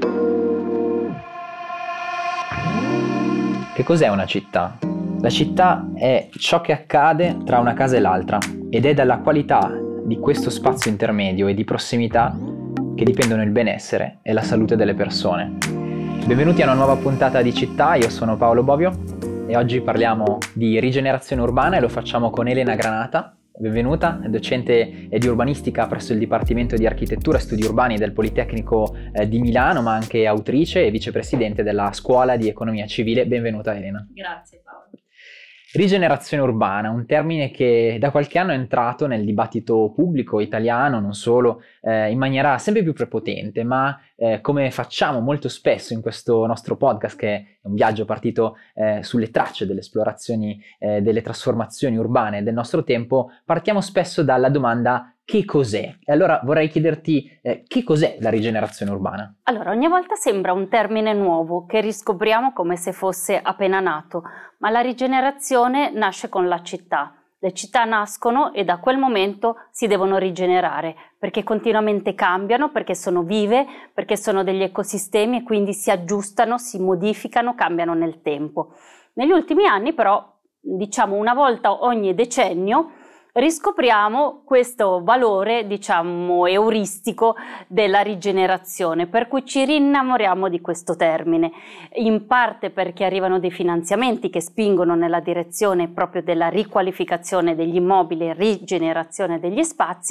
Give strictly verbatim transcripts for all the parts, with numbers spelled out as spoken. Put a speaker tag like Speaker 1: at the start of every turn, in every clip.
Speaker 1: Che cos'è una città? La città è ciò che accade tra una casa e l'altra ed è dalla qualità di questo spazio intermedio e di prossimità che dipendono il benessere e la salute delle persone. Benvenuti a una nuova puntata di Città, io sono Paolo Bovio e oggi parliamo di rigenerazione urbana e lo facciamo con Elena Granata. Benvenuta, è docente di urbanistica presso il Dipartimento di Architettura e Studi Urbani del Politecnico eh, di Milano, ma anche autrice e vicepresidente della Scuola di Economia Civile. Benvenuta Elena.
Speaker 2: Grazie Paolo.
Speaker 1: Rigenerazione urbana, un termine che da qualche anno è entrato nel dibattito pubblico italiano, non solo, eh, in maniera sempre più prepotente, ma eh, come facciamo molto spesso in questo nostro podcast, che è un viaggio partito eh, sulle tracce delle esplorazioni eh, delle trasformazioni urbane del nostro tempo, partiamo spesso dalla domanda: che cos'è? E allora vorrei chiederti eh, che cos'è la rigenerazione urbana?
Speaker 2: Allora, ogni volta sembra un termine nuovo che riscopriamo come se fosse appena nato, ma la rigenerazione nasce con la città. Le città nascono e da quel momento si devono rigenerare, perché continuamente cambiano, perché sono vive, perché sono degli ecosistemi e quindi si aggiustano, si modificano, cambiano nel tempo. Negli ultimi anni però, diciamo una volta ogni decennio, riscopriamo questo valore, diciamo, euristico della rigenerazione, per cui ci rinnamoriamo di questo termine, in parte perché arrivano dei finanziamenti che spingono nella direzione proprio della riqualificazione degli immobili, rigenerazione degli spazi,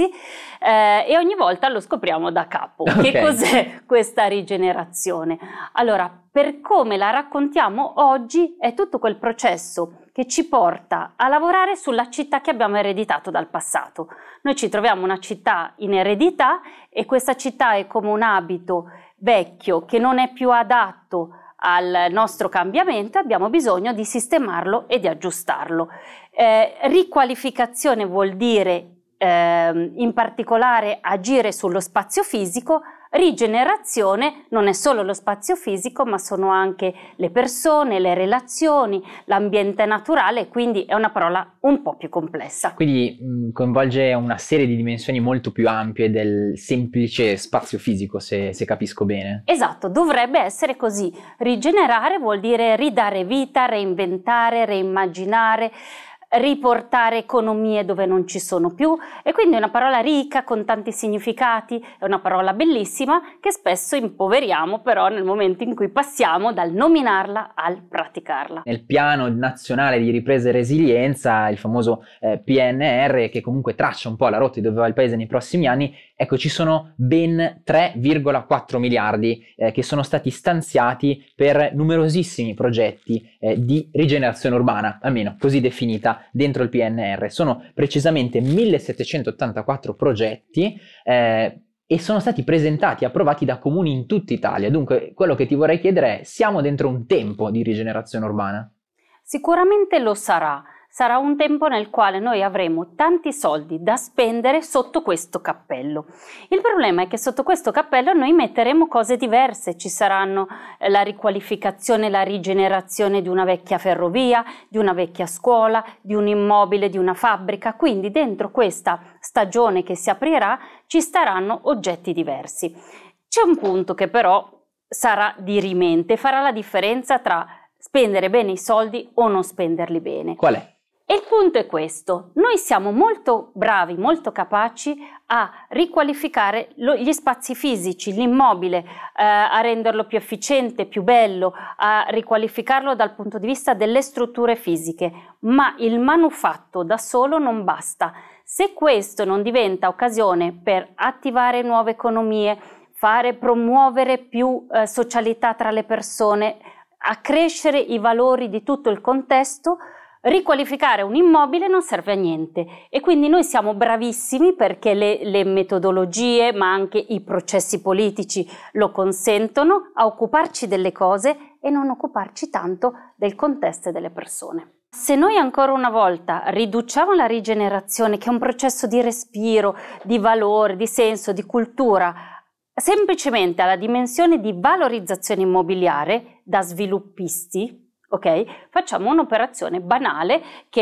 Speaker 2: eh, e ogni volta lo scopriamo da capo. Okay. Che cos'è questa rigenerazione? Allora, per come la raccontiamo oggi, è tutto quel processo che ci porta a lavorare sulla città che abbiamo ereditato dal passato. Noi ci troviamo una città in eredità e questa città è come un abito vecchio che non è più adatto al nostro cambiamento, abbiamo bisogno di sistemarlo e di aggiustarlo. Eh, riqualificazione vuol dire eh, in particolare agire sullo spazio fisico. Rigenerazione non è solo lo spazio fisico, ma sono anche le persone, le relazioni, l'ambiente naturale, quindi è una parola un po' più complessa.
Speaker 1: Quindi mh, coinvolge una serie di dimensioni molto più ampie del semplice spazio fisico, se, se capisco bene.
Speaker 2: Esatto, dovrebbe essere così. Rigenerare vuol dire ridare vita, reinventare, reimmaginare, riportare economie dove non ci sono più, e quindi è una parola ricca con tanti significati, è una parola bellissima che spesso impoveriamo però nel momento in cui passiamo dal nominarla al praticarla.
Speaker 1: Nel piano nazionale di ripresa e resilienza, il famoso eh, P N R R, che comunque traccia un po' la rotta di dove va il paese nei prossimi anni, ecco, ci sono ben tre virgola quattro miliardi eh, che sono stati stanziati per numerosissimi progetti eh, di rigenerazione urbana, almeno così definita dentro il P N R R. Sono precisamente millesettecentottantaquattro progetti eh, e sono stati presentati e approvati da comuni in tutta Italia. Dunque, quello che ti vorrei chiedere è: siamo dentro un tempo di rigenerazione urbana?
Speaker 2: Sicuramente lo sarà. Sarà un tempo nel quale noi avremo tanti soldi da spendere sotto questo cappello. Il problema è che sotto questo cappello noi metteremo cose diverse. Ci saranno eh, la riqualificazione, la rigenerazione di una vecchia ferrovia, di una vecchia scuola, di un immobile, di una fabbrica. Quindi dentro questa stagione che si aprirà ci staranno oggetti diversi. C'è un punto che però sarà dirimente, farà la differenza tra spendere bene i soldi o non spenderli bene.
Speaker 1: Qual è?
Speaker 2: E il punto è questo: noi siamo molto bravi, molto capaci a riqualificare lo, gli spazi fisici, l'immobile, eh, a renderlo più efficiente, più bello, a riqualificarlo dal punto di vista delle strutture fisiche, ma il manufatto da solo non basta. Se questo non diventa occasione per attivare nuove economie, fare promuovere più eh, socialità tra le persone, accrescere i valori di tutto il contesto, riqualificare un immobile non serve a niente. E quindi noi siamo bravissimi, perché le, le metodologie ma anche i processi politici lo consentono, a occuparci delle cose e non occuparci tanto del contesto e delle persone. Se noi ancora una volta riduciamo la rigenerazione, che è un processo di respiro, di valore, di senso, di cultura, semplicemente alla dimensione di valorizzazione immobiliare da sviluppisti, ok? Facciamo un'operazione banale che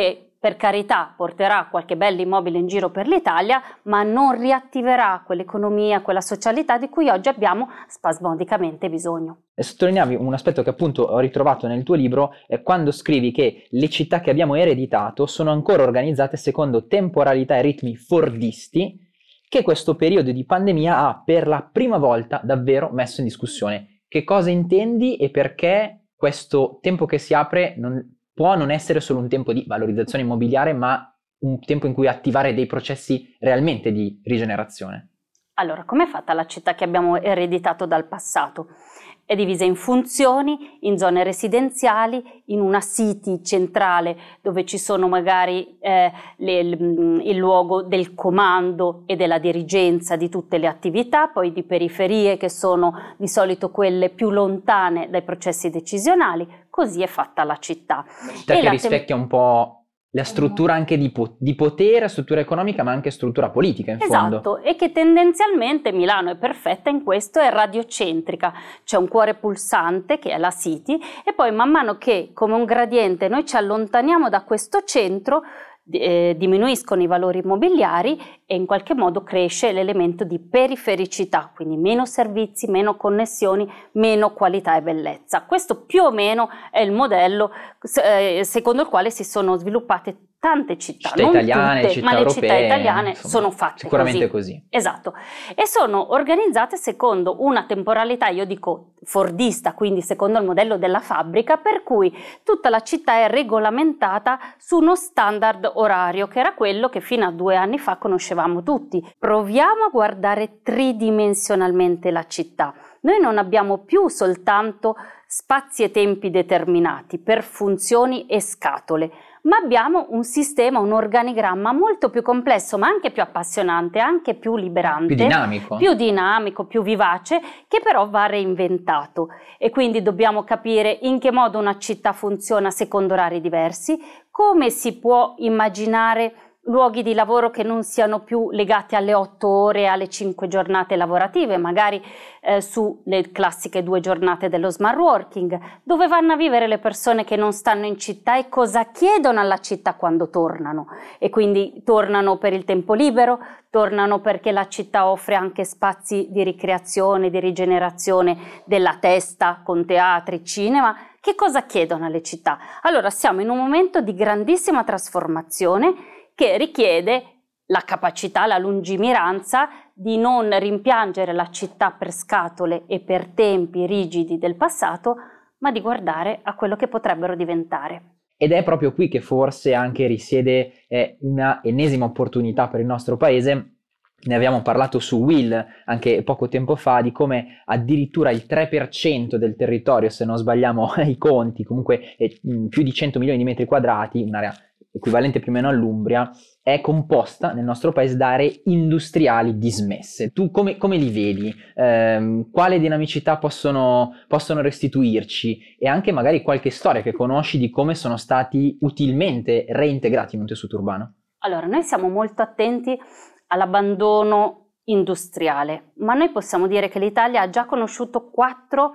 Speaker 2: per carità porterà qualche bell'immobile in giro per l'Italia, ma non riattiverà quell'economia, quella socialità di cui oggi abbiamo spasmodicamente bisogno.
Speaker 1: E sottolineavi un aspetto che appunto ho ritrovato nel tuo libro, è quando scrivi che le città che abbiamo ereditato sono ancora organizzate secondo temporalità e ritmi fordisti, che questo periodo di pandemia ha per la prima volta davvero messo in discussione. Che cosa intendi e perché questo tempo che si apre non può non essere solo un tempo di valorizzazione immobiliare, ma un tempo in cui attivare dei processi realmente di rigenerazione?
Speaker 2: Allora, com'è fatta la città che abbiamo ereditato dal passato? È divisa in funzioni, in zone residenziali, in una city centrale dove ci sono magari eh, le, il, il luogo del comando e della dirigenza di tutte le attività, poi di periferie che sono di solito quelle più lontane dai processi decisionali. Così è fatta la città.
Speaker 1: Una città
Speaker 2: e
Speaker 1: che
Speaker 2: la
Speaker 1: rispecchia un po' la struttura anche di, po- di potere, struttura economica, ma anche struttura politica in fondo.
Speaker 2: Esatto, e che tendenzialmente Milano è perfetta in questo, è radiocentrica, c'è un cuore pulsante che è la City e poi man mano che come un gradiente noi ci allontaniamo da questo centro eh, diminuiscono i valori immobiliari e in qualche modo cresce l'elemento di perifericità, quindi meno servizi, meno connessioni, meno qualità e bellezza. Questo più o meno è il modello eh, secondo il quale si sono sviluppate tante città,
Speaker 1: città
Speaker 2: non
Speaker 1: italiane,
Speaker 2: tutte,
Speaker 1: città
Speaker 2: ma le
Speaker 1: europee,
Speaker 2: città italiane
Speaker 1: insomma,
Speaker 2: sono fatte
Speaker 1: sicuramente
Speaker 2: così.
Speaker 1: così.
Speaker 2: Esatto, e sono organizzate secondo una temporalità, io dico fordista, quindi secondo il modello della fabbrica, per cui tutta la città è regolamentata su uno standard orario, che era quello che fino a due anni fa conoscevamo tutti. Proviamo a guardare tridimensionalmente la città. Noi non abbiamo più soltanto spazi e tempi determinati per funzioni e scatole, ma abbiamo un sistema, un organigramma molto più complesso, ma anche più appassionante, anche più liberante,
Speaker 1: più dinamico,
Speaker 2: più dinamico, più vivace, che però va reinventato. E quindi dobbiamo capire in che modo una città funziona secondo orari diversi, come si può immaginare luoghi di lavoro che non siano più legati alle otto ore e alle cinque giornate lavorative, magari eh, sulle classiche due giornate dello smart working, dove vanno a vivere le persone che non stanno in città e cosa chiedono alla città quando tornano. E quindi tornano per il tempo libero, tornano perché la città offre anche spazi di ricreazione, di rigenerazione della testa con teatri, cinema. Che cosa chiedono alle città? Allora siamo in un momento di grandissima trasformazione che richiede la capacità, la lungimiranza di non rimpiangere la città per scatole e per tempi rigidi del passato, ma di guardare a quello che potrebbero diventare.
Speaker 1: Ed è proprio qui che forse anche risiede eh, una ennesima opportunità per il nostro paese. Ne abbiamo parlato su Will anche poco tempo fa, di come addirittura il tre per cento del territorio, se non sbagliamo i conti, comunque è più di cento milioni di metri quadrati, un'area equivalente più o meno all'Umbria, è composta nel nostro paese da aree industriali dismesse. Tu come, come li vedi? Eh, quale dinamicità possono, possono restituirci? E anche magari qualche storia che conosci di come sono stati utilmente reintegrati in un tessuto urbano?
Speaker 2: Allora, noi siamo molto attenti all'abbandono industriale, ma noi possiamo dire che l'Italia ha già conosciuto quattro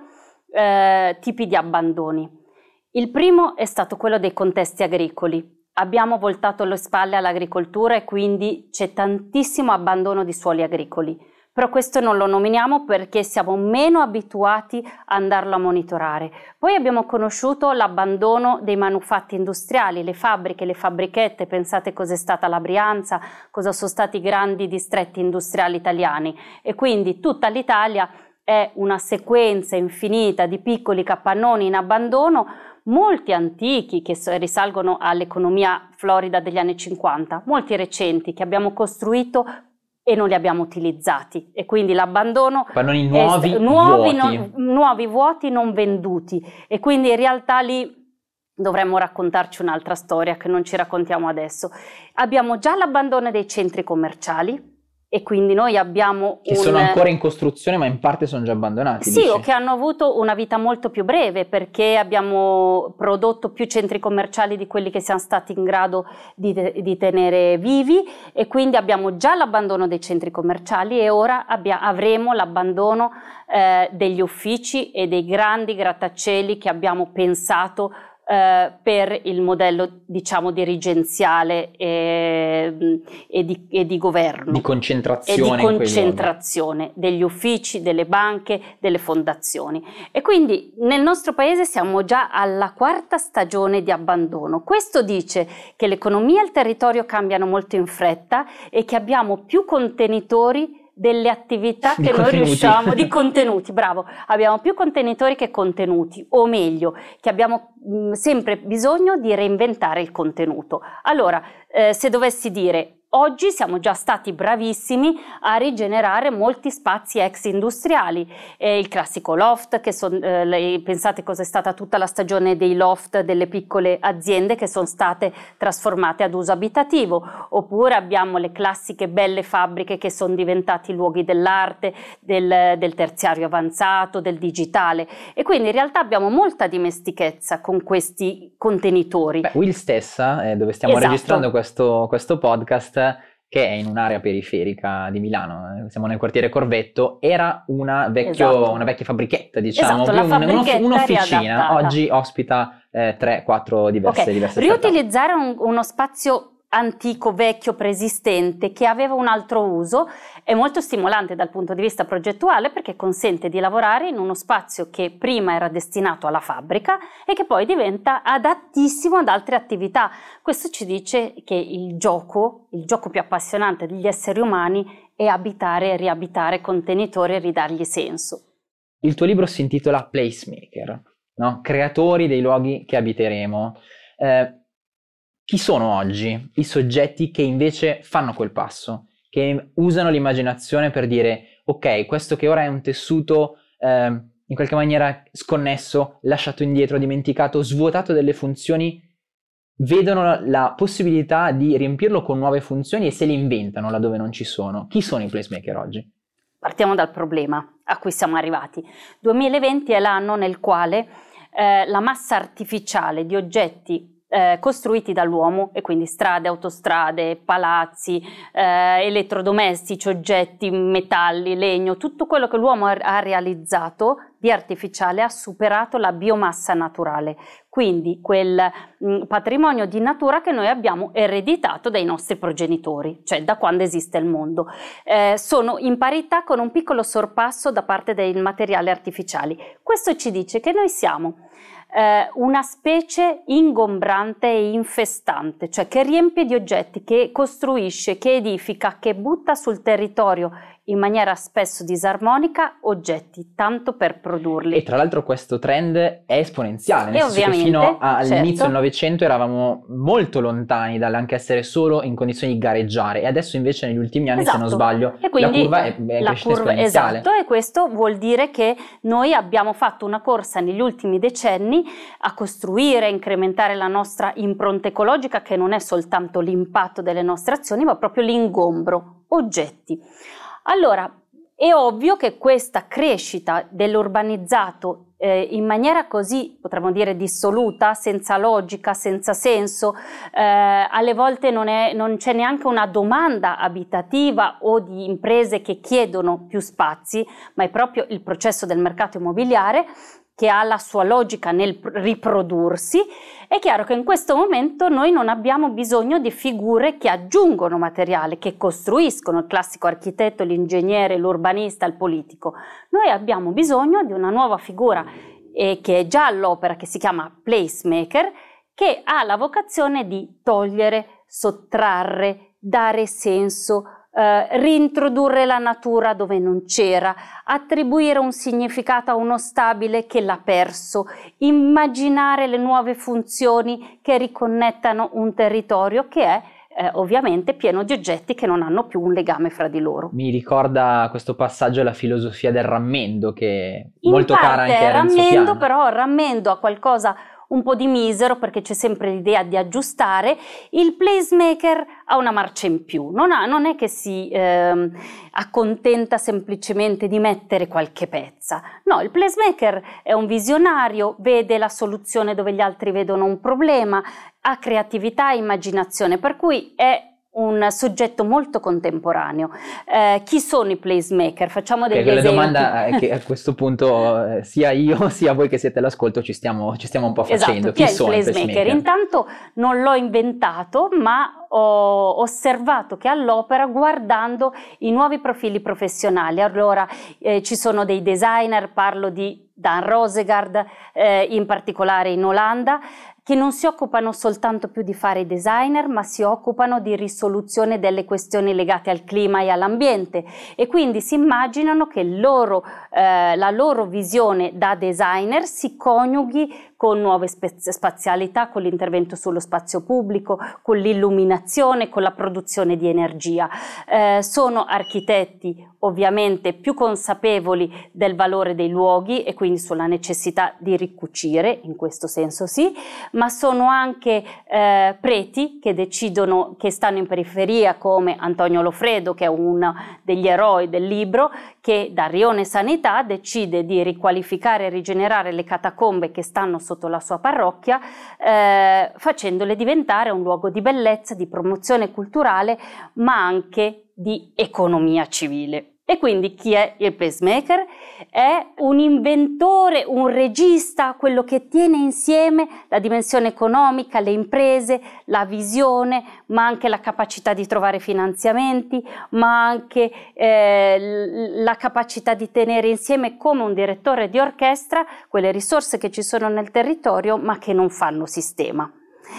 Speaker 2: eh, tipi di abbandoni. Il primo è stato quello dei contesti agricoli. Abbiamo voltato le spalle all'agricoltura e quindi c'è tantissimo abbandono di suoli agricoli, però questo non lo nominiamo perché siamo meno abituati a andarlo a monitorare. Poi abbiamo conosciuto l'abbandono dei manufatti industriali, le fabbriche, le fabbrichette. Pensate cos'è stata la Brianza, cosa sono stati i grandi distretti industriali italiani, e quindi tutta l'Italia è una sequenza infinita di piccoli capannoni in abbandono, molti antichi che risalgono all'economia florida degli anni cinquanta, molti recenti che abbiamo costruito e non li abbiamo utilizzati, e quindi l'abbandono
Speaker 1: capannoni nuovi,
Speaker 2: è, nuovi,
Speaker 1: vuoti.
Speaker 2: Non, nuovi vuoti non venduti, e quindi in realtà lì dovremmo raccontarci un'altra storia che non ci raccontiamo adesso. Abbiamo già l'abbandono dei centri commerciali, e quindi noi abbiamo
Speaker 1: che
Speaker 2: un...
Speaker 1: sono ancora in costruzione ma in parte sono già abbandonati.
Speaker 2: Sì,
Speaker 1: dici?
Speaker 2: o che hanno avuto una vita molto più breve perché abbiamo prodotto più centri commerciali di quelli che siamo stati in grado di, di tenere vivi, e quindi abbiamo già l'abbandono dei centri commerciali e ora abbia, avremo l'abbandono eh, degli uffici e dei grandi grattacieli che abbiamo pensato eh, per il modello, diciamo, dirigenziale e, e, di, e di governo.
Speaker 1: Di concentrazione.
Speaker 2: E di concentrazione degli uffici, delle banche, delle fondazioni. E quindi nel nostro paese siamo già alla quarta stagione di abbandono. Questo dice che l'economia e il territorio cambiano molto in fretta e che abbiamo più contenitori delle attività
Speaker 1: di
Speaker 2: che
Speaker 1: contenuti.
Speaker 2: noi riusciamo, di contenuti, bravo, abbiamo più contenitori che contenuti, o meglio, che abbiamo mh, sempre bisogno di reinventare il contenuto. Allora, eh, se dovessi dire, oggi siamo già stati bravissimi a rigenerare molti spazi ex industriali, eh, il classico loft, che son, eh, lei, pensate cos'è stata tutta la stagione dei loft delle piccole aziende che sono state trasformate ad uso abitativo, oppure abbiamo le classiche belle fabbriche che sono diventati luoghi dell'arte, del, del terziario avanzato, del digitale, e quindi in realtà abbiamo molta dimestichezza con questi contenitori.
Speaker 1: Beh, Will stessa, eh, dove stiamo
Speaker 2: Esatto.
Speaker 1: registrando questo, questo podcast, che è in un'area periferica di Milano, siamo nel quartiere Corvetto, era una, vecchio,
Speaker 2: Esatto.
Speaker 1: una vecchia fabbrichetta, diciamo,
Speaker 2: Esatto,
Speaker 1: più
Speaker 2: la
Speaker 1: un- un'off-
Speaker 2: fabbrichetta
Speaker 1: un'officina,
Speaker 2: riadattata.
Speaker 1: oggi ospita eh, tre quattro diverse,
Speaker 2: Ok,
Speaker 1: diverse startup.
Speaker 2: riutilizzare un- uno spazio antico, vecchio, preesistente, che aveva un altro uso, è molto stimolante dal punto di vista progettuale, perché consente di lavorare in uno spazio che prima era destinato alla fabbrica e che poi diventa adattissimo ad altre attività. Questo ci dice che il gioco, il gioco più appassionante degli esseri umani è abitare e riabitare contenitori e ridargli senso.
Speaker 1: Il tuo libro si intitola Placemaker, no? Creatori dei luoghi che abiteremo. Eh, chi sono oggi i soggetti che invece fanno quel passo, che usano l'immaginazione per dire ok, questo che ora è un tessuto eh, in qualche maniera sconnesso, lasciato indietro, dimenticato, svuotato delle funzioni, vedono la possibilità di riempirlo con nuove funzioni e se le inventano laddove non ci sono. Chi sono i placemaker oggi?
Speaker 2: Partiamo dal problema a cui siamo arrivati. duemilaventi è l'anno nel quale eh, la massa artificiale di oggetti eh, costruiti dall'uomo, e quindi strade, autostrade, palazzi, eh, elettrodomestici, oggetti, metalli, legno, tutto quello che l'uomo ha, ha realizzato di artificiale ha superato la biomassa naturale, quindi quel mh, patrimonio di natura che noi abbiamo ereditato dai nostri progenitori, cioè da quando esiste il mondo. Eh, sono in parità con un piccolo sorpasso da parte dei materiali artificiali. Questo ci dice che noi siamo eh, una specie ingombrante e infestante, cioè che riempie di oggetti, che costruisce, che edifica, che butta sul territorio in maniera spesso disarmonica oggetti, tanto per produrli.
Speaker 1: E tra l'altro questo trend è esponenziale, nel
Speaker 2: E
Speaker 1: senso che
Speaker 2: ovviamente,
Speaker 1: fino all'inizio
Speaker 2: certo.
Speaker 1: del Novecento eravamo molto lontani dall'anche essere solo in condizioni di gareggiare, e adesso invece negli ultimi anni,
Speaker 2: Esatto.
Speaker 1: se non sbaglio,
Speaker 2: E quindi
Speaker 1: la curva è, è
Speaker 2: la
Speaker 1: crescita
Speaker 2: curva,
Speaker 1: esponenziale.
Speaker 2: esatto, e questo vuol dire che noi abbiamo fatto una corsa negli ultimi decenni a costruire, a incrementare la nostra impronta ecologica, che non è soltanto l'impatto delle nostre azioni, ma proprio l'ingombro, oggetti. Allora, è ovvio che questa crescita dell'urbanizzato eh, in maniera così, potremmo dire, dissoluta, senza logica, senza senso, eh, alle volte non, è, non c'è neanche una domanda abitativa o di imprese che chiedono più spazi, ma è proprio il processo del mercato immobiliare che ha la sua logica nel riprodursi. È chiaro che in questo momento noi non abbiamo bisogno di figure che aggiungono materiale, che costruiscono, il classico architetto, l'ingegnere, l'urbanista, il politico. Noi abbiamo bisogno di una nuova figura eh, che è già all'opera, che si chiama placemaker, che ha la vocazione di togliere, sottrarre, dare senso, Uh, reintrodurre la natura dove non c'era, attribuire un significato a uno stabile che l'ha perso, immaginare le nuove funzioni che riconnettano un territorio che è eh, ovviamente pieno di oggetti che non hanno più un legame fra di loro.
Speaker 1: Mi ricorda questo passaggio la filosofia del rammendo, che è
Speaker 2: In
Speaker 1: molto cara
Speaker 2: parte
Speaker 1: anche a Renzo
Speaker 2: rammendo,
Speaker 1: Piano.
Speaker 2: però rammendo a qualcosa un po' di misero, perché c'è sempre l'idea di aggiustare. Il placemaker ha una marcia in più, non, ha, non è che si ehm, accontenta semplicemente di mettere qualche pezza. No, il placemaker è un visionario, vede la soluzione dove gli altri vedono un problema, ha creatività e immaginazione, per cui è un soggetto molto contemporaneo. Eh, chi sono i placemaker? Facciamo degli
Speaker 1: Perché
Speaker 2: esempi.
Speaker 1: la domanda è che a questo punto eh, sia io sia voi che siete all'ascolto ci stiamo, ci stiamo un po' facendo.
Speaker 2: Esatto,
Speaker 1: Chi
Speaker 2: chi è
Speaker 1: sono
Speaker 2: il
Speaker 1: i
Speaker 2: placemaker?
Speaker 1: placemaker?
Speaker 2: Intanto non l'ho inventato, ma ho osservato che all'opera guardando i nuovi profili professionali. Allora eh, ci sono dei designer, parlo di Dan Rosegard, eh, in particolare in Olanda, che non si occupano soltanto più di fare i designer, ma si occupano di risoluzione delle questioni legate al clima e all'ambiente, e quindi si immaginano che il loro, eh, la loro visione da designer si coniughi con nuove spazialità, con l'intervento sullo spazio pubblico, con l'illuminazione, con la produzione di energia. Eh, sono architetti ovviamente più consapevoli del valore dei luoghi e quindi sulla necessità di ricucire, in questo senso sì, ma sono anche eh, preti che decidono, che stanno in periferia, come Antonio Lofredo, che è uno degli eroi del libro, che da Rione Sanità decide di riqualificare e rigenerare le catacombe che stanno sotto la sua parrocchia, eh, facendole diventare un luogo di bellezza, di promozione culturale, ma anche di economia civile. E quindi chi è il pacemaker? È un inventore, un regista, quello che tiene insieme la dimensione economica, le imprese, la visione, ma anche la capacità di trovare finanziamenti, ma anche eh, la capacità di tenere insieme, come un direttore di orchestra, quelle risorse che ci sono nel territorio ma che non fanno sistema.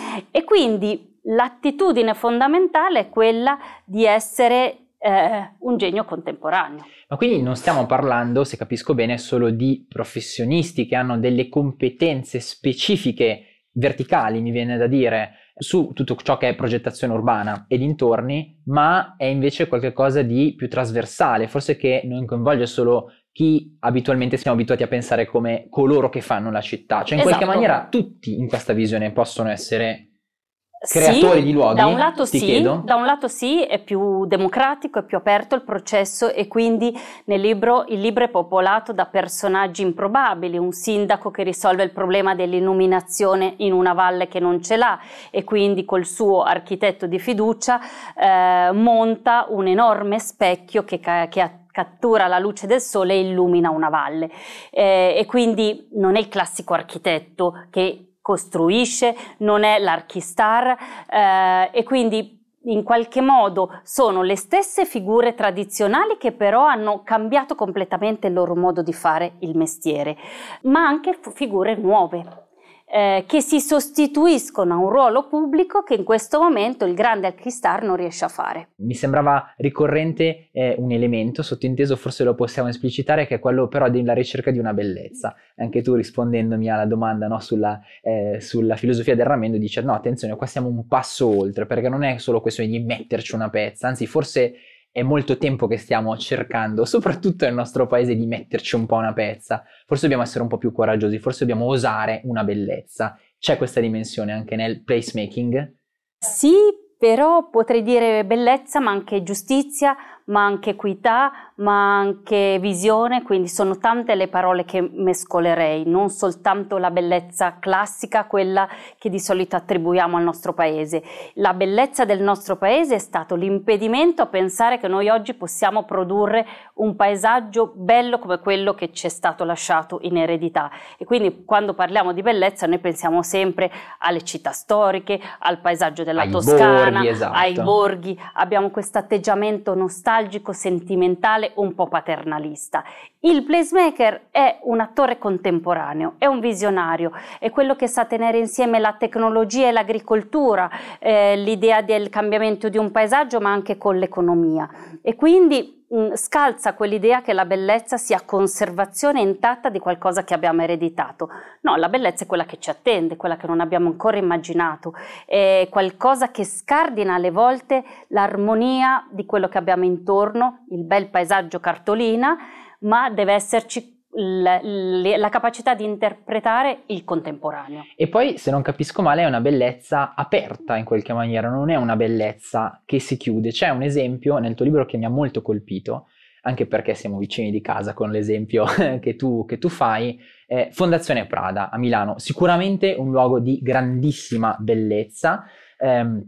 Speaker 2: E quindi l'attitudine fondamentale è quella di essere Eh, un genio contemporaneo.
Speaker 1: Ma quindi non stiamo parlando, se capisco bene, solo di professionisti che hanno delle competenze specifiche verticali, mi viene da dire, su tutto ciò che è progettazione urbana e dintorni, ma è invece qualcosa di più trasversale, forse che non coinvolge solo chi abitualmente siamo abituati a pensare come coloro che fanno la città, cioè in
Speaker 2: Esatto.
Speaker 1: qualche maniera tutti in questa visione possono essere creatori
Speaker 2: sì,
Speaker 1: di luoghi.
Speaker 2: Da un lato
Speaker 1: ti
Speaker 2: sì,
Speaker 1: chiedo?
Speaker 2: da un lato sì, è più democratico, è più aperto il processo, e quindi nel libro, il libro è popolato da personaggi improbabili, un sindaco che risolve il problema dell'illuminazione in una valle che non ce l'ha, e quindi col suo architetto di fiducia eh, monta un enorme specchio che, che cattura la luce del sole e illumina una valle, eh, e quindi non è il classico architetto che costruisce, non è l'archistar, eh, e quindi in qualche modo sono le stesse figure tradizionali che però hanno cambiato completamente il loro modo di fare il mestiere, ma anche figure nuove eh, che si sostituiscono a un ruolo pubblico che in questo momento il grande archistar non riesce a fare.
Speaker 1: Mi sembrava ricorrente eh, un elemento sottinteso, forse lo possiamo esplicitare, che è quello però della ricerca di una bellezza. Anche tu, rispondendomi alla domanda, no, sulla, eh, sulla filosofia del rammendo, dici no, attenzione, qua siamo un passo oltre, perché non è solo questione di metterci una pezza, anzi forse è molto tempo che stiamo cercando, soprattutto nel nostro paese, di metterci un po' una pezza. Forse dobbiamo essere un po' più coraggiosi, forse dobbiamo osare una bellezza. C'è questa dimensione anche nel placemaking?
Speaker 2: Sì, però potrei dire bellezza, ma anche giustizia, ma anche equità, ma anche visione, quindi sono tante le parole che mescolerei, non soltanto la bellezza classica, quella che di solito attribuiamo al nostro paese. La bellezza del nostro paese è stato l'impedimento a pensare che noi oggi possiamo produrre un paesaggio bello come quello che ci è stato lasciato in eredità, e quindi quando parliamo di bellezza noi pensiamo sempre alle città storiche, al paesaggio della
Speaker 1: ai
Speaker 2: Toscana,
Speaker 1: borghi, esatto.
Speaker 2: ai borghi, abbiamo questo atteggiamento nostalgico, sentimentale, un po' paternalista. Il placemaker è un attore contemporaneo, è un visionario, è quello che sa tenere insieme la tecnologia e l'agricoltura, eh, l'idea del cambiamento di un paesaggio, ma anche con l'economia, e quindi mh, scalza quell'idea che la bellezza sia conservazione intatta di qualcosa che abbiamo ereditato. No, la bellezza è quella che ci attende, quella che non abbiamo ancora immaginato, è qualcosa che scardina alle volte l'armonia di quello che abbiamo intorno, il bel paesaggio cartolina, ma deve esserci la, la, la capacità di interpretare il contemporaneo.
Speaker 1: E poi, se non capisco male, è una bellezza aperta in qualche maniera, non è una bellezza che si chiude. C'è un esempio nel tuo libro che mi ha molto colpito, anche perché siamo vicini di casa con l'esempio che tu, che tu fai, eh, Fondazione Prada a Milano, sicuramente un luogo di grandissima bellezza, ehm,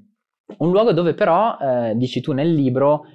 Speaker 1: Un luogo dove però, eh, dici tu nel libro,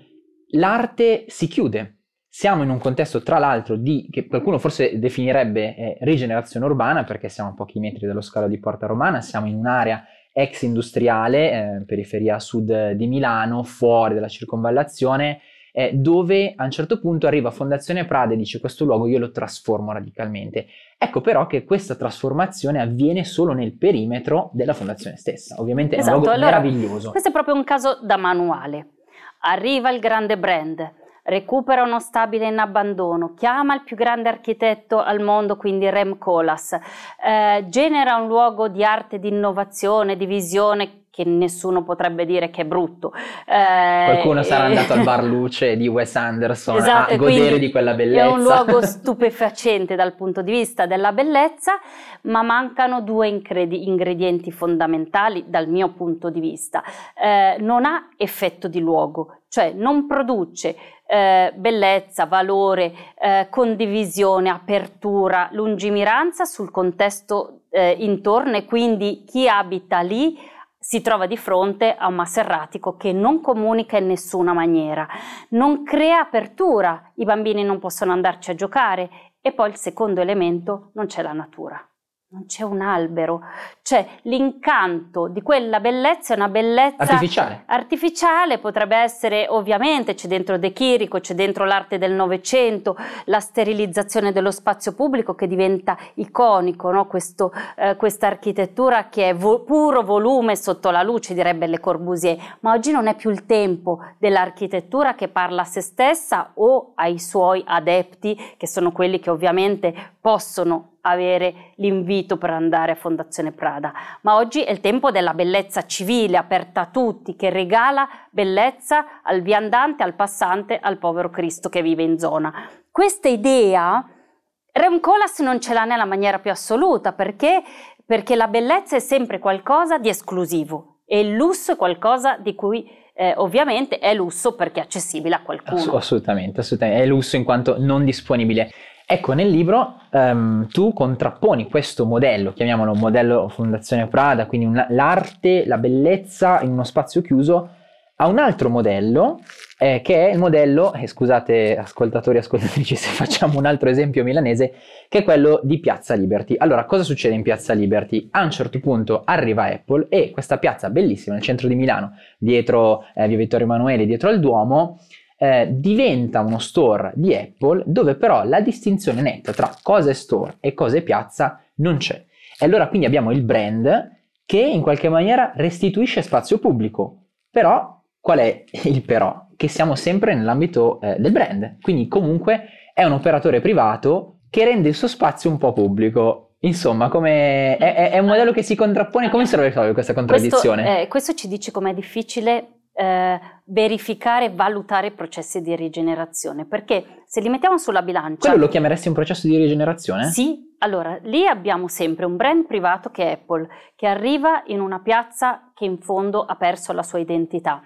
Speaker 1: l'arte si chiude. Siamo in un contesto, tra l'altro, di che qualcuno forse definirebbe eh, rigenerazione urbana, perché siamo a pochi metri dallo scalo di Porta Romana, siamo in un'area ex industriale, eh, periferia sud di Milano, fuori dalla circonvallazione, eh, dove a un certo punto arriva Fondazione Prada e dice: questo luogo io lo trasformo radicalmente. Ecco però che questa trasformazione avviene solo nel perimetro della fondazione stessa. Ovviamente è
Speaker 2: esatto,
Speaker 1: un luogo
Speaker 2: allora,
Speaker 1: meraviglioso.
Speaker 2: Questo è proprio un caso da manuale. Arriva il grande brand, recupera uno stabile in abbandono, chiama il più grande architetto al mondo, quindi Rem Koolhaas, eh, genera un luogo di arte, di innovazione, di visione che nessuno potrebbe dire che è brutto.
Speaker 1: Eh, Qualcuno sarà andato al bar Luce di Wes Anderson
Speaker 2: esatto,
Speaker 1: a godere di quella bellezza.
Speaker 2: È un luogo stupefacente dal punto di vista della bellezza, ma mancano due ingredienti fondamentali dal mio punto di vista. Eh, non ha effetto di luogo, cioè non produce eh, bellezza, valore, eh, condivisione, apertura, lungimiranza sul contesto eh, intorno, e quindi chi abita lì si trova di fronte a un Maserratico che non comunica in nessuna maniera, non crea apertura, i bambini non possono andarci a giocare, e poi il secondo elemento: non c'è la natura. Non c'è un albero, cioè l'incanto di quella bellezza è una bellezza
Speaker 1: artificiale.
Speaker 2: artificiale, potrebbe essere, ovviamente c'è dentro De Chirico, c'è dentro l'arte del Novecento, la sterilizzazione dello spazio pubblico che diventa iconico, no? Questo, eh, questa architettura che è vo- puro volume sotto la luce, direbbe Le Corbusier, ma oggi non è più il tempo dell'architettura che parla a se stessa o ai suoi adepti, che sono quelli che ovviamente possono avere l'invito per andare a Fondazione Prada, ma oggi è il tempo della bellezza civile, aperta a tutti, che regala bellezza al viandante, al passante, al povero Cristo che vive in zona. Questa idea Rem Koolhaas non ce l'ha nella maniera più assoluta, perché perché la bellezza è sempre qualcosa di esclusivo e il lusso è qualcosa di cui eh, ovviamente è lusso perché è accessibile a qualcuno.
Speaker 1: Assolutamente, assolutamente, è lusso in quanto non disponibile. Ecco, nel libro um, tu contrapponi questo modello, chiamiamolo modello Fondazione Prada, quindi una, l'arte, la bellezza in uno spazio chiuso, a un altro modello, eh, che è il modello, eh, scusate ascoltatori e ascoltatrici se facciamo un altro esempio milanese, che è quello di Piazza Liberty. Allora, cosa succede in Piazza Liberty? A un certo punto arriva Apple e questa piazza bellissima nel centro di Milano, dietro eh, via Vittorio Emanuele, dietro al Duomo, Eh, diventa uno store di Apple, dove però la distinzione netta tra cosa è store e cosa è piazza non c'è. E allora quindi abbiamo il brand che in qualche maniera restituisce spazio pubblico. Però qual è il però? Che siamo sempre nell'ambito eh, del brand, quindi comunque è un operatore privato che rende il suo spazio un po' pubblico. Insomma, come è, è un modello che si contrappone. Come si risolve questa contraddizione?
Speaker 2: Questo, eh, questo ci dice com'è difficile Eh, verificare e valutare i processi di rigenerazione, perché se li mettiamo sulla bilancia...
Speaker 1: Quello lo chiameresti un processo di rigenerazione?
Speaker 2: Sì, allora lì abbiamo sempre un brand privato che è Apple, che arriva in una piazza che in fondo ha perso la sua identità,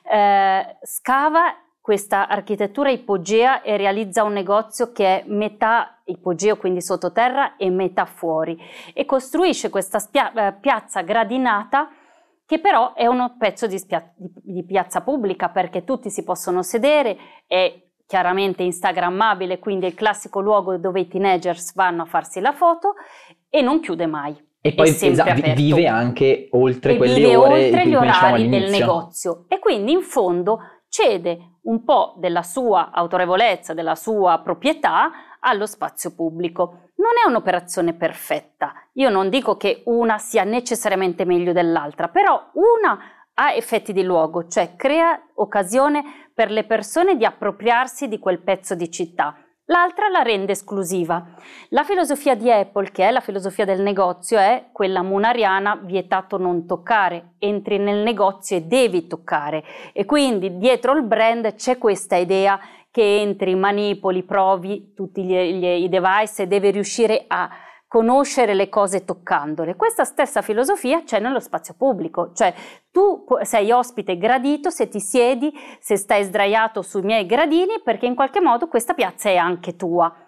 Speaker 2: eh, scava questa architettura ipogea e realizza un negozio che è metà ipogeo, quindi sottoterra, e metà fuori, e costruisce questa spia- eh, piazza gradinata che però è uno pezzo di, spia- di, di piazza pubblica, perché tutti si possono sedere, è chiaramente instagrammabile, quindi è il classico luogo dove i teenagers vanno a farsi la foto, e non chiude mai.
Speaker 1: E poi esatto, vive anche oltre
Speaker 2: e
Speaker 1: quelle
Speaker 2: vive
Speaker 1: ore
Speaker 2: oltre
Speaker 1: di
Speaker 2: gli
Speaker 1: cui
Speaker 2: orari del negozio, e quindi in fondo cede un po' della sua autorevolezza, della sua proprietà allo spazio pubblico. Non è un'operazione perfetta, io non dico che una sia necessariamente meglio dell'altra, però una ha effetti di luogo, cioè crea occasione per le persone di appropriarsi di quel pezzo di città. L'altra la rende esclusiva. La filosofia di Apple, che è la filosofia del negozio, è quella munariana: vietato non toccare, entri nel negozio e devi toccare, e quindi dietro il brand c'è questa idea che entri, manipoli, provi tutti gli, gli, i device e devi riuscire a conoscere le cose toccandole. Questa stessa filosofia c'è nello spazio pubblico, cioè tu sei ospite gradito se ti siedi, se stai sdraiato sui miei gradini, perché in qualche modo questa piazza è anche tua.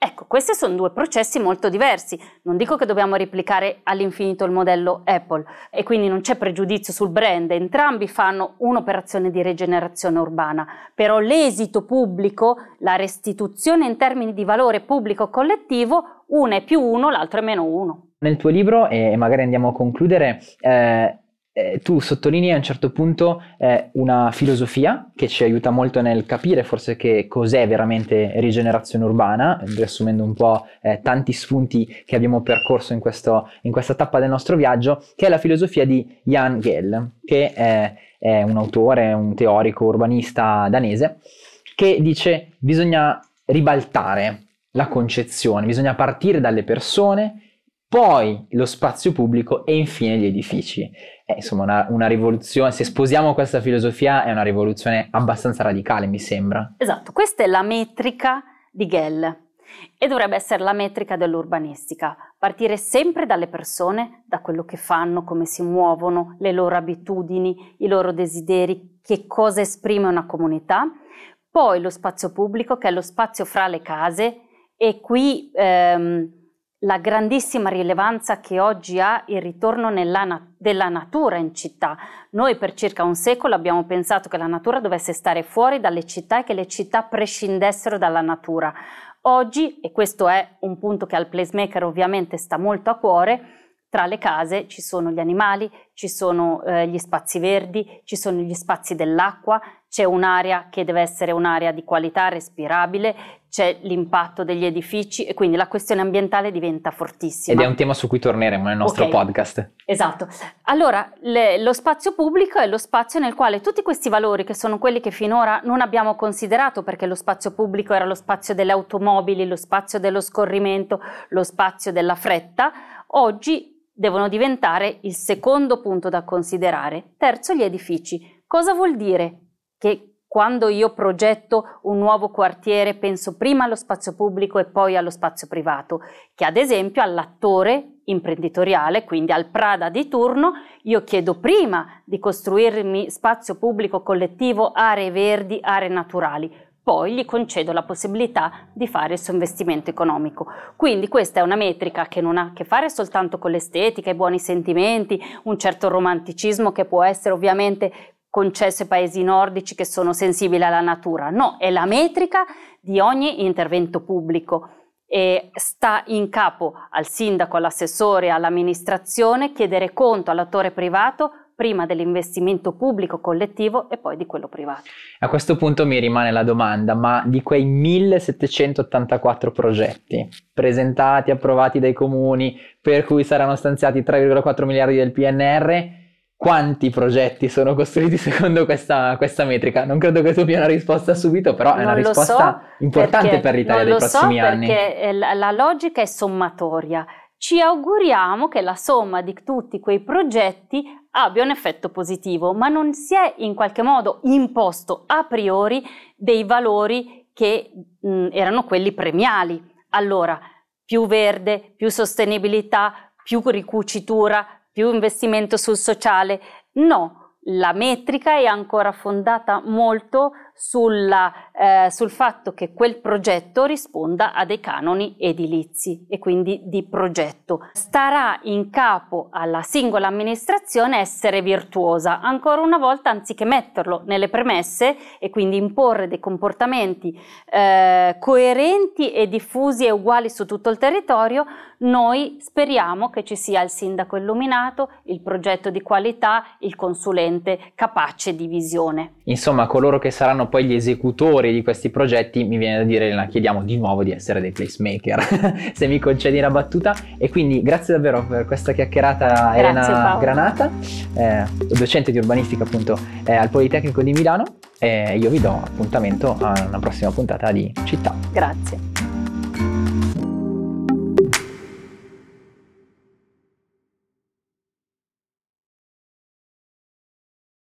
Speaker 2: Ecco, questi sono due processi molto diversi. Non dico che dobbiamo replicare all'infinito il modello Apple e quindi non c'è pregiudizio sul brand, entrambi fanno un'operazione di rigenerazione urbana, però l'esito pubblico, la restituzione in termini di valore pubblico collettivo, uno è più uno, l'altro è meno uno.
Speaker 1: Nel tuo libro, e magari andiamo a concludere, eh, Eh, tu sottolinei a un certo punto eh, una filosofia che ci aiuta molto nel capire forse che cos'è veramente rigenerazione urbana, riassumendo un po' eh, tanti spunti che abbiamo percorso in, questo, in questa tappa del nostro viaggio, che è la filosofia di Jan Gehl, che è, è un autore, un teorico urbanista danese, che dice bisogna ribaltare la concezione, bisogna partire dalle persone, poi lo spazio pubblico e infine gli edifici. È insomma una, una rivoluzione, se sposiamo questa filosofia è una rivoluzione abbastanza radicale, mi sembra.
Speaker 2: Esatto, questa è la metrica di Gehl e dovrebbe essere la metrica dell'urbanistica, partire sempre dalle persone, da quello che fanno, come si muovono, le loro abitudini, i loro desideri, che cosa esprime una comunità, poi lo spazio pubblico che è lo spazio fra le case e qui ehm, la grandissima rilevanza che oggi ha il ritorno nella na- della natura in città. Noi per circa un secolo abbiamo pensato che la natura dovesse stare fuori dalle città e che le città prescindessero dalla natura. Oggi, e questo è un punto che al placemaker ovviamente sta molto a cuore, tra le case ci sono gli animali, ci sono eh, gli spazi verdi, ci sono gli spazi dell'acqua, c'è un'area che deve essere un'area di qualità respirabile, c'è l'impatto degli edifici e quindi la questione ambientale diventa fortissima.
Speaker 1: Ed è un tema su cui torneremo nel nostro
Speaker 2: okay.
Speaker 1: podcast.
Speaker 2: Esatto. Allora, le, lo spazio pubblico è lo spazio nel quale tutti questi valori, che sono quelli che finora non abbiamo considerato, perché lo spazio pubblico era lo spazio delle automobili, lo spazio dello scorrimento, lo spazio della fretta, oggi devono diventare il secondo punto da considerare. Terzo, gli edifici. Cosa vuol dire? Che quando io progetto un nuovo quartiere penso prima allo spazio pubblico e poi allo spazio privato, che ad esempio all'attore imprenditoriale, quindi al Prada di turno, io chiedo prima di costruirmi spazio pubblico collettivo, aree verdi, aree naturali, poi gli concedo la possibilità di fare il suo investimento economico. Quindi questa è una metrica che non ha a che fare soltanto con l'estetica, i buoni sentimenti, un certo romanticismo che può essere ovviamente concesso ai paesi nordici che sono sensibili alla natura. No, è la metrica di ogni intervento pubblico e sta in capo al sindaco, all'assessore, all'amministrazione chiedere conto all'attore privato prima dell'investimento pubblico collettivo e poi di quello privato.
Speaker 1: A questo punto mi rimane la domanda, ma di quei millesettecentottantaquattro progetti presentati, approvati dai comuni, per cui saranno stanziati tre virgola quattro miliardi del P N R, quanti progetti sono costruiti secondo questa, questa metrica? Non credo che tu abbia una risposta subito, però è
Speaker 2: non
Speaker 1: una risposta
Speaker 2: so
Speaker 1: importante per l'Italia dei prossimi
Speaker 2: so
Speaker 1: anni.
Speaker 2: Perché la, la logica è sommatoria. Ci auguriamo che la somma di tutti quei progetti abbia un effetto positivo, ma non si è in qualche modo imposto a priori dei valori che mh, erano quelli premiali. Allora, più verde, più sostenibilità, più ricucitura, più investimento sul sociale. No, la metrica è ancora fondata molto sulla, eh, sul fatto che quel progetto risponda a dei canoni edilizi e quindi di progetto. Starà in capo alla singola amministrazione essere virtuosa, ancora una volta, anziché metterlo nelle premesse e quindi imporre dei comportamenti eh, coerenti e diffusi e uguali su tutto il territorio. Noi speriamo che ci sia il sindaco illuminato, il progetto di qualità, il consulente capace di visione.
Speaker 1: Insomma, coloro che saranno poi gli esecutori di questi progetti, mi viene da dire, la chiediamo di nuovo di essere dei placemaker, se mi concedi la battuta. E quindi grazie davvero per questa chiacchierata,
Speaker 2: grazie,
Speaker 1: Elena
Speaker 2: Paolo.
Speaker 1: Granata, eh, docente di urbanistica appunto eh, al Politecnico di Milano, e io vi do appuntamento a una prossima puntata di Città.
Speaker 2: Grazie.